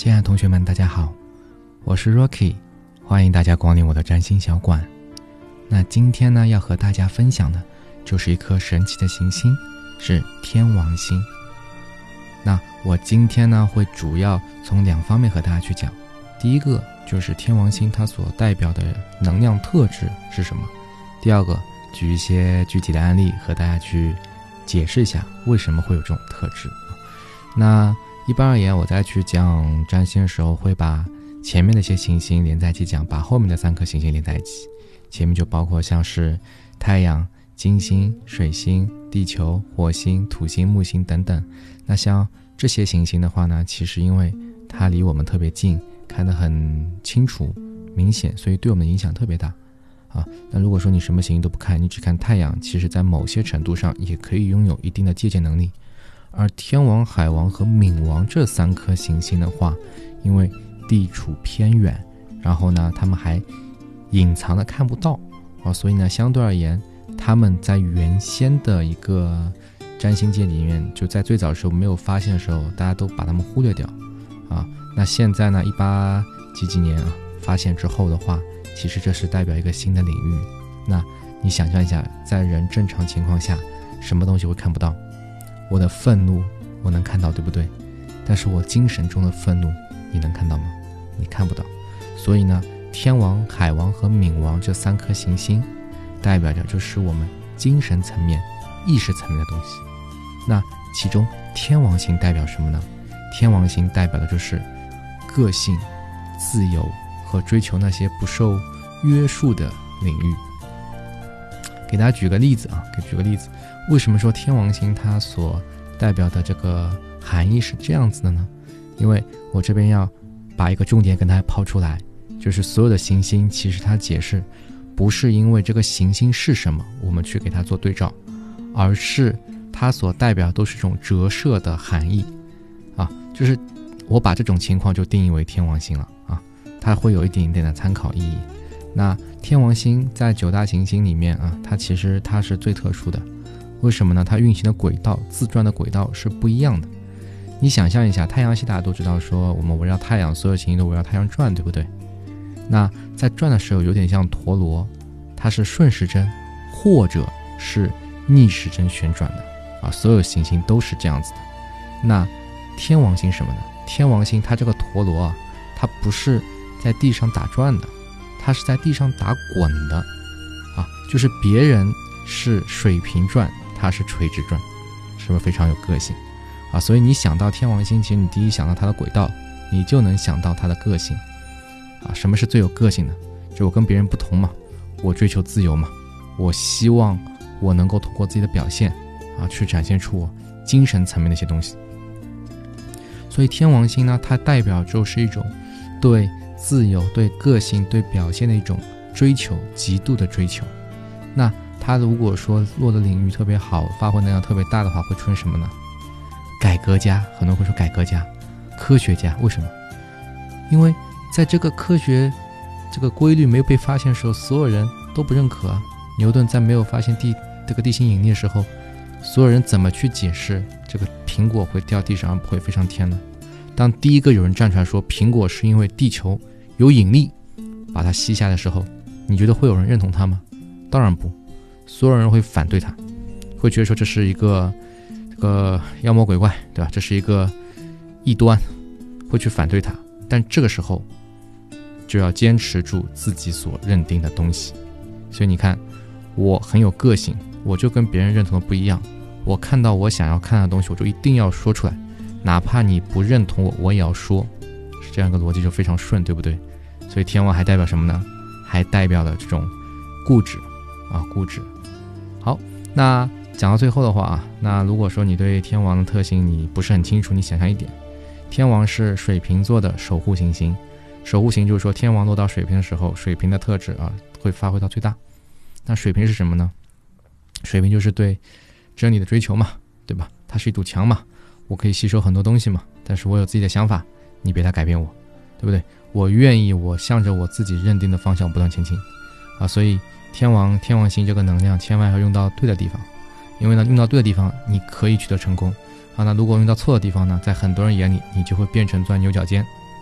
亲爱的同学们，大家好，我是 Rocky， 欢迎大家光临我的占星小馆。那今天呢，要和大家分享的就是一颗神奇的行星，是天王星。那我今天呢，会主要从两方面和大家去讲。第一个就是天王星它所代表的能量特质是什么，第二个举一些具体的案例和大家去解释一下为什么会有这种特质。那一般而言，我在去讲占星的时候，会把前面的一些行星连在一起讲，把后面的3颗行星连在一起。前面就包括像是太阳、金星、水星、地球、火星、土星、木星等等。那像这些行星的话呢，其实因为它离我们特别近，看得很清楚明显，所以对我们的影响特别大啊。那如果说你什么行星都不看，你只看太阳，其实在某些程度上也可以拥有一定的借鉴能力。而天王、海王和冥王这3颗行星的话，因为地处偏远，然后呢他们还隐藏的看不到啊，所以呢相对而言，他们在原先的一个占星界里面，就在最早的时候没有发现的时候，大家都把他们忽略掉啊。那现在呢18几年啊发现之后的话，其实这是代表一个新的领域。那你想象一下，在人正常情况下，什么东西会看不到？我的愤怒我能看到，对不对？但是我精神中的愤怒你能看到吗？你看不到。所以呢，天王、海王和冥王这3颗行星代表着就是我们精神层面、意识层面的东西。那其中天王星代表什么呢？天王星代表的就是个性、自由和追求那些不受约束的领域。给大家举个例子啊，为什么说天王星它所代表的这个含义是这样子的呢？因为我这边要把一个重点跟大家抛出来，就是所有的行星其实它解释不是因为这个行星是什么我们去给它做对照，而是它所代表都是这种折射的含义啊，就是我把这种情况就定义为天王星了啊，它会有一点点的参考意义。那天王星在9大行星里面啊，它其实它是最特殊的。为什么呢？它运行的轨道、自转的轨道是不一样的。你想象一下，太阳系大家都知道说我们围绕太阳，所有行星都围绕太阳转，对不对？那在转的时候有点像陀螺，它是顺时针或者是逆时针旋转的啊，所有行星都是这样子的。那天王星什么呢？天王星它这个陀螺啊，它不是在地上打转的，它是在地上打滚的啊，就是别人是水平转，它是垂直转，是不是非常有个性啊？所以你想到天王星，其实你第一想到它的轨道，你就能想到它的个性啊。什么是最有个性的？就我跟别人不同嘛，我追求自由嘛，我希望我能够通过自己的表现啊，去展现出我精神层面的一些东西。所以天王星呢，它代表就是一种对自由、对个性、对表现的一种追求，极度的追求。那它如果说落的领域特别好，发挥能量特别大的话，会出现什么呢？改革家，很多人会说改革家、科学家。为什么？因为在这个科学这个规律没有被发现的时候，所有人都不认可啊。牛顿在没有发现这个地心引力的时候，所有人怎么去解释这个苹果会掉地上而不会飞上天呢？当第一个有人站出来说苹果是因为地球有引力把它吸下的时候，你觉得会有人认同他吗？当然不，所有人会反对他，会觉得说这是一个妖魔鬼怪，对吧？这是一个异端，会去反对他。但这个时候就要坚持住自己所认定的东西。所以你看，我很有个性，我就跟别人认同的不一样，我看到我想要看的东西，我就一定要说出来，哪怕你不认同我，我也要说，是这样一个逻辑，就非常顺，对不对？所以天王还代表什么呢？还代表了这种固执啊，固执。好，那讲到最后的话啊，那如果说你对天王的特性你不是很清楚，你想象一点，天王是水瓶座的守护行星，守护行就是说天王落到水瓶的时候，水瓶的特质啊会发挥到最大。那水瓶是什么呢？水瓶就是对真理的追求嘛，对吧？它是一堵墙嘛，我可以吸收很多东西嘛，但是我有自己的想法，你别来改变我，对不对？我愿意我向着我自己认定的方向不断前进啊。所以天王星这个能量千万要用到对的地方，因为呢用到对的地方你可以取得成功啊。那如果用到错的地方呢，在很多人眼里你就会变成钻牛角尖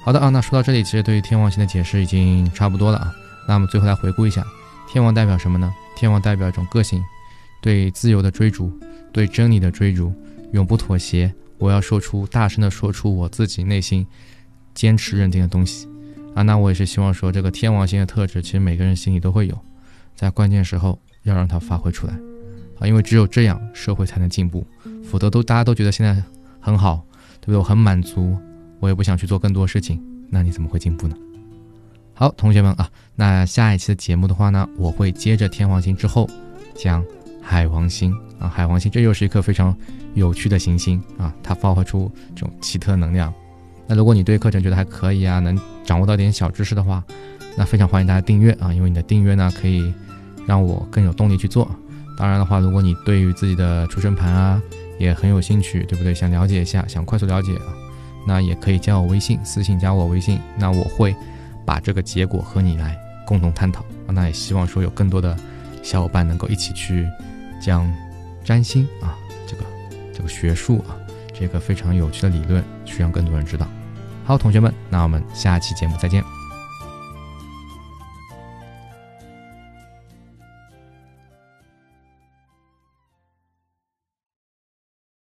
好的啊，那说到这里，其实对于天王星的解释已经差不多了啊。那么最后来回顾一下，天王代表什么呢？天王代表一种个性，对自由的追逐，对真理的追逐，永不妥协。我要大声的说出我自己内心坚持认定的东西啊。那我也是希望说，这个天王星的特质，其实每个人心里都会有，在关键时候要让它发挥出来啊，因为只有这样社会才能进步，否则大家都觉得现在很好，对不对？我很满足，我也不想去做更多事情，那你怎么会进步呢？好，同学们啊，那下一期的节目的话呢，我会接着天王星之后讲海王星啊。海王星这又是一颗非常有趣的行星啊，它发挥出这种奇特能量。那如果你对课程觉得还可以啊，能掌握到点小知识的话，那非常欢迎大家订阅啊，因为你的订阅呢可以让我更有动力去做。当然的话，如果你对于自己的出生盘啊也很有兴趣，对不对？想了解一下，想快速了解啊，那也可以加我微信，私信加我微信，那我会把这个结果和你来共同探讨啊。那也希望说有更多的小伙伴能够一起去将占星啊这个学术啊，这个非常有趣的理论去让更多人知道。好，同学们，那我们下期节目再见。